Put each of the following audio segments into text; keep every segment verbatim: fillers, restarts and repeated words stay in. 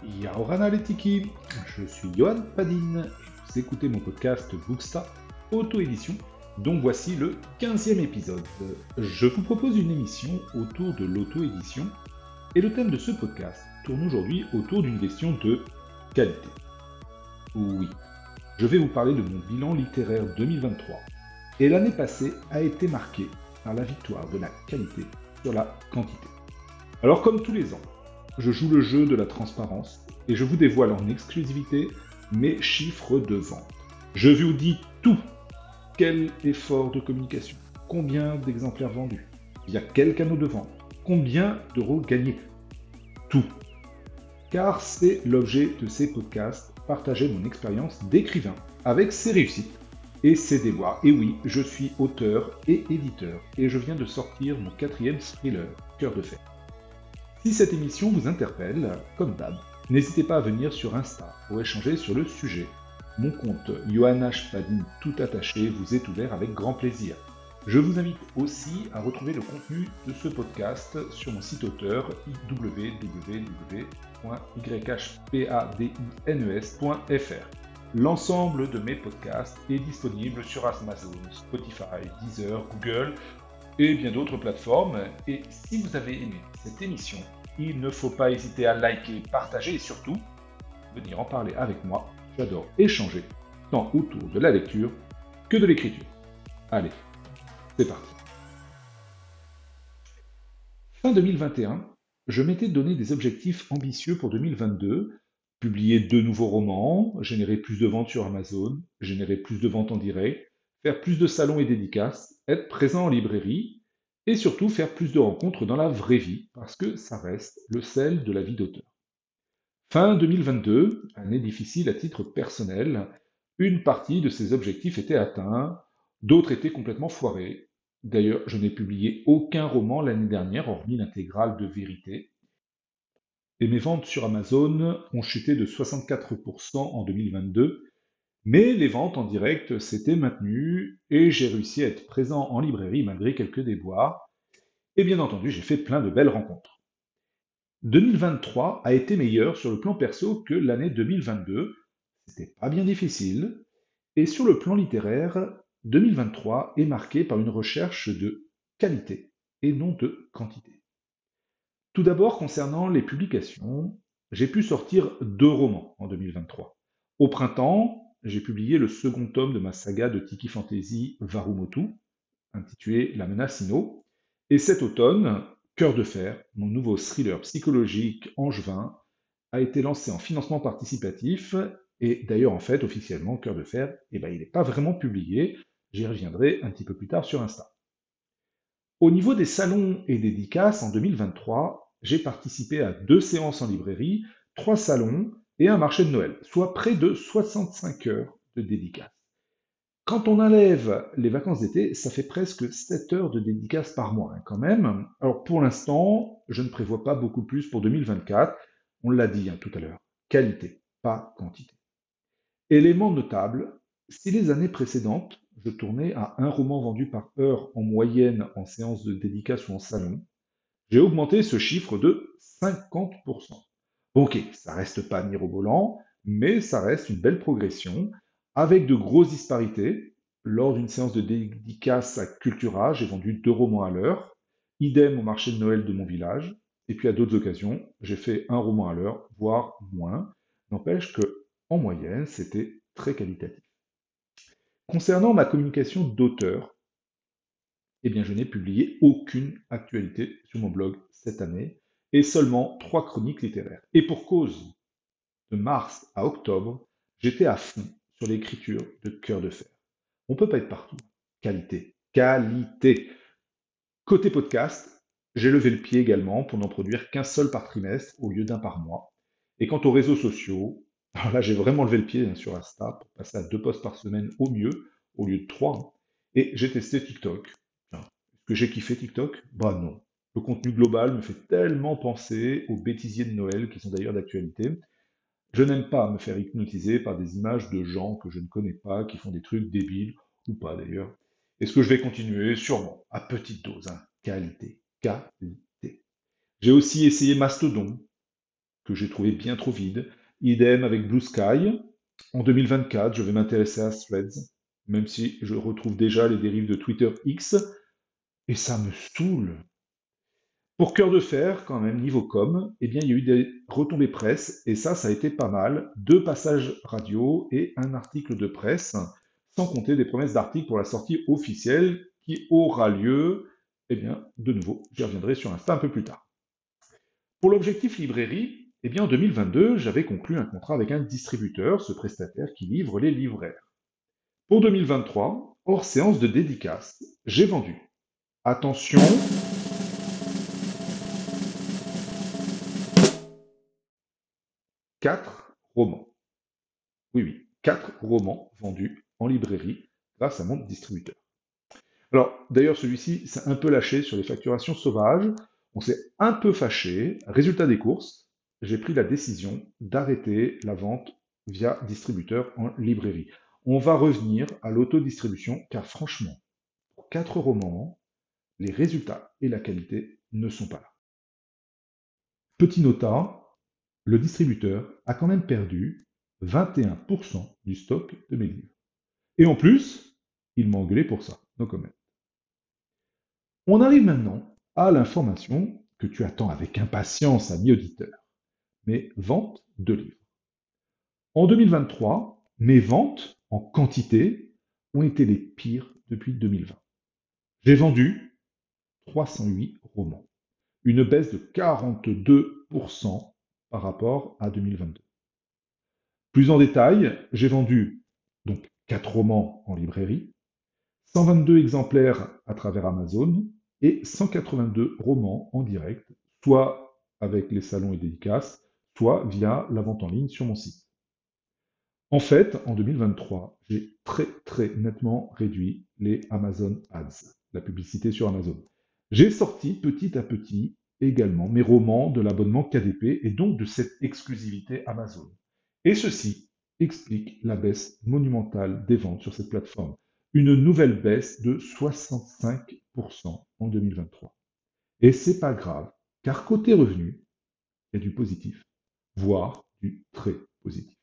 Yaorana Letiki, je suis Johan Padin et vous écoutez mon podcast Booksta Auto-édition, dont voici le quinzième épisode. Je vous propose une émission autour de l'auto-édition et le thème de ce podcast tourne aujourd'hui autour d'une question de qualité. Oui, je vais vous parler de mon bilan littéraire deux mille vingt-trois et l'année passée a été marquée par la victoire de la qualité sur la quantité. Alors comme tous les ans, je joue le jeu de la transparence et je vous dévoile en exclusivité mes chiffres de vente. Je vous dis tout. Quel effort de communication? Combien d'exemplaires vendus? Via quel canal de vente? Combien d'euros gagnés? Tout. Car c'est l'objet de ces podcasts, partager mon expérience d'écrivain avec ses réussites et ses déboires. Et oui, je suis auteur et éditeur et je viens de sortir mon quatrième thriller, Cœur de fer. Si cette émission vous interpelle, comme d'hab, n'hésitez pas à venir sur Insta pour échanger sur le sujet. Mon compte Johan H. Padin tout attaché vous est ouvert avec grand plaisir. Je vous invite aussi à retrouver le contenu de ce podcast sur mon site auteur w w w point y h padines point f r. L'ensemble de mes podcasts est disponible sur Amazon, Spotify, Deezer, Google et bien d'autres plateformes. Et si vous avez aimé cette émission, il ne faut pas hésiter à liker, partager et surtout venir en parler avec moi. J'adore échanger, tant autour de la lecture que de l'écriture. Allez, c'est parti. Fin deux mille vingt et un, je m'étais donné des objectifs ambitieux pour deux mille vingt-deux, publier deux nouveaux romans, générer plus de ventes sur Amazon, générer plus de ventes en direct, faire plus de salons et dédicaces, être présent en librairie, et surtout faire plus de rencontres dans la vraie vie, parce que ça reste le sel de la vie d'auteur. Fin deux mille vingt-deux, année difficile à titre personnel, une partie de ces objectifs était atteinte, d'autres étaient complètement foirés. D'ailleurs, je n'ai publié aucun roman l'année dernière, hormis l'intégrale de Vérité. Et mes ventes sur Amazon ont chuté de soixante-quatre pour cent en deux mille vingt-deux, mais les ventes en direct s'étaient maintenues et j'ai réussi à être présent en librairie malgré quelques déboires. Et bien entendu, j'ai fait plein de belles rencontres. deux mille vingt-trois a été meilleur sur le plan perso que l'année deux mille vingt-deux. C'était pas bien difficile. Et sur le plan littéraire, deux mille vingt-trois est marqué par une recherche de qualité et non de quantité. Tout d'abord, concernant les publications, j'ai pu sortir deux romans en deux mille vingt-trois. Au printemps, j'ai publié le second tome de ma saga de Tiki Fantasy Varumotu, intitulé La menace Inno. Et cet automne, Cœur de fer, mon nouveau thriller psychologique angevin, a été lancé en financement participatif. Et d'ailleurs, en fait, officiellement, Cœur de fer, eh ben, il n'est pas vraiment publié. J'y reviendrai un petit peu plus tard sur Insta. Au niveau des salons et dédicaces, en deux mille vingt-trois, j'ai participé à deux séances en librairie, trois salons et un marché de Noël, soit près de soixante-cinq heures de dédicaces. Quand on enlève les vacances d'été, ça fait presque sept heures de dédicaces par mois, hein, quand même. Alors pour l'instant, je ne prévois pas beaucoup plus pour deux mille vingt-quatre. On l'a dit hein, tout à l'heure, qualité, pas quantité. Élément notable, si les années précédentes, je tournais à un roman vendu par heure en moyenne en séance de dédicace ou en salon, j'ai augmenté ce chiffre de cinquante pour cent. Bon, ok, ça reste pas mirobolant, mais ça reste une belle progression, avec de grosses disparités. Lors d'une séance de dédicace à Cultura, j'ai vendu deux romans à l'heure, idem au marché de Noël de mon village, et puis à d'autres occasions, j'ai fait un roman à l'heure, voire moins. N'empêche que, en moyenne, c'était très qualitatif. Concernant ma communication d'auteur, eh bien, je n'ai publié aucune actualité sur mon blog cette année et seulement trois chroniques littéraires. Et pour cause, de mars à octobre, j'étais à fond sur l'écriture de Cœur de fer. On ne peut pas être partout. Qualité. Qualité. Côté podcast, j'ai levé le pied également pour n'en produire qu'un seul par trimestre au lieu d'un par mois. Et quant aux réseaux sociaux, alors là j'ai vraiment levé le pied hein, sur Insta pour passer à deux posts par semaine au mieux, au lieu de trois. hein. Et j'ai testé TikTok. Tiens, Est-ce que j'ai kiffé TikTok? Bah non. Le contenu global me fait tellement penser aux bêtisiers de Noël qui sont d'ailleurs d'actualité. Je n'aime pas me faire hypnotiser par des images de gens que je ne connais pas, qui font des trucs débiles, ou pas d'ailleurs. Est-ce que je vais continuer? Sûrement, à petite dose, hein. Qualité, qualité. J'ai aussi essayé Mastodon, que j'ai trouvé bien trop vide. Idem avec Blue Sky. En deux mille vingt-quatre, je vais m'intéresser à Threads, même si je retrouve déjà les dérives de Twitter X, et ça me saoule. Pour Cœur de Fer, quand même, niveau com, eh bien, il y a eu des retombées presse, et ça, ça a été pas mal. Deux passages radio et un article de presse, sans compter des promesses d'articles pour la sortie officielle qui aura lieu, eh bien, de nouveau, j'y reviendrai sur Insta un peu plus tard. Pour l'objectif librairie, eh bien, en deux mille vingt-deux, j'avais conclu un contrat avec un distributeur, ce prestataire qui livre les livraires. Pour deux mille vingt-trois, hors séance de dédicace, j'ai vendu. Attention, quatre romans. Oui, oui, quatre romans vendus en librairie grâce à mon distributeur. Alors, d'ailleurs, celui-ci s'est un peu lâché sur les facturations sauvages. On s'est un peu fâché. Résultat des courses, j'ai pris la décision d'arrêter la vente via distributeur en librairie. On va revenir à l'autodistribution, car franchement, pour quatre romans, les résultats et la qualité ne sont pas là. Petit nota, le distributeur a quand même perdu vingt et un pour cent du stock de mes livres. Et en plus, il m'a engueulé pour ça. No comment. On arrive maintenant à l'information que tu attends avec impatience, ami auditeur. Mes ventes de livres. En deux mille vingt-trois, mes ventes en quantité ont été les pires depuis deux mille vingt. J'ai vendu trois cent huit romans, une baisse de quarante-deux pour cent par rapport à deux mille vingt-deux. Plus en détail, j'ai vendu donc quatre romans en librairie, cent vingt-deux exemplaires à travers Amazon et cent quatre-vingt-deux romans en direct, soit avec les salons et dédicaces, soit via la vente en ligne sur mon site. En fait, en deux mille vingt-trois, j'ai très très nettement réduit les Amazon Ads, la publicité sur Amazon. J'ai sorti petit à petit également mes romans de l'abonnement K D P et donc de cette exclusivité Amazon. Et ceci explique la baisse monumentale des ventes sur cette plateforme. Une nouvelle baisse de soixante-cinq pour cent en deux mille vingt-trois. Et c'est pas grave, car côté revenu, il y a du positif, voire du très positif.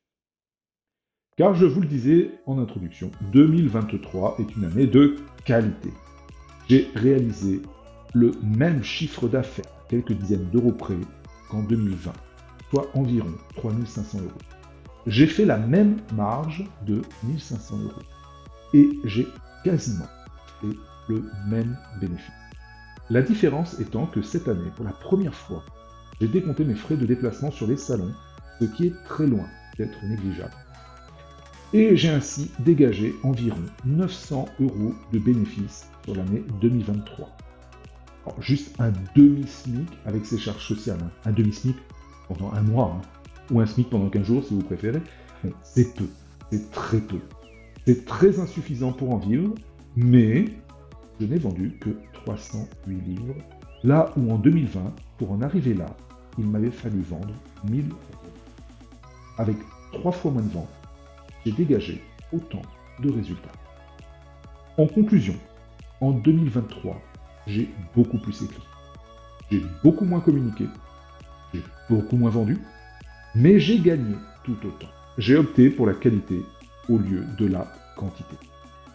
Car je vous le disais en introduction, deux mille vingt-trois est une année de qualité. J'ai réalisé le même chiffre d'affaires, quelques dizaines d'euros près, qu'en deux mille vingt, soit environ trois mille cinq cents euros. J'ai fait la même marge de mille cinq cents euros. Et j'ai quasiment fait le même bénéfice. La différence étant que cette année, pour la première fois, j'ai décompté mes frais de déplacement sur les salons, ce qui est très loin d'être négligeable. Et j'ai ainsi dégagé environ neuf cents euros de bénéfices sur l'année deux mille vingt-trois. Alors, juste un demi-SMIC avec ses charges sociales, hein. Un demi-SMIC pendant un mois, hein. Ou un SMIC pendant quinze jours si vous préférez. Bon, c'est peu, c'est très peu. C'est très insuffisant pour en vivre, mais je n'ai vendu que trois cent huit livres, là où en deux mille vingt, pour en arriver là, il m'avait fallu vendre mille euros. Avec trois fois moins de ventes, j'ai dégagé autant de résultats. En conclusion, en deux mille vingt-trois, j'ai beaucoup plus écrit. J'ai beaucoup moins communiqué, j'ai beaucoup moins vendu, mais j'ai gagné tout autant. J'ai opté pour la qualité au lieu de la quantité. Comment ?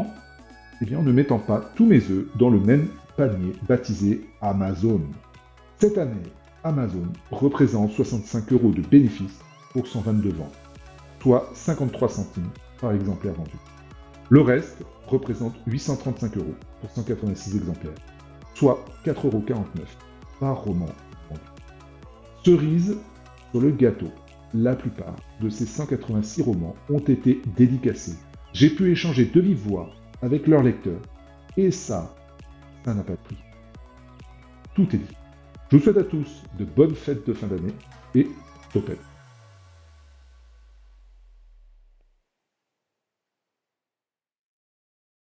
Eh bien, en ne mettant pas tous mes œufs dans le même panier baptisé Amazon. Cette année, Amazon représente soixante-cinq euros de bénéfices pour cent vingt-deux ventes, soit cinquante-trois centimes par exemplaire vendu. Le reste représente huit cent trente-cinq euros pour cent quatre-vingt-six exemplaires, soit quatre euros quarante-neuf par roman vendu. Cerise sur le gâteau, la plupart de ces cent quatre-vingt-six romans ont été dédicacés. J'ai pu échanger de vive voix avec leurs lecteurs, et ça, ça n'a pas de prix. Tout est dit. Je vous souhaite à tous de bonnes fêtes de fin d'année, et topette.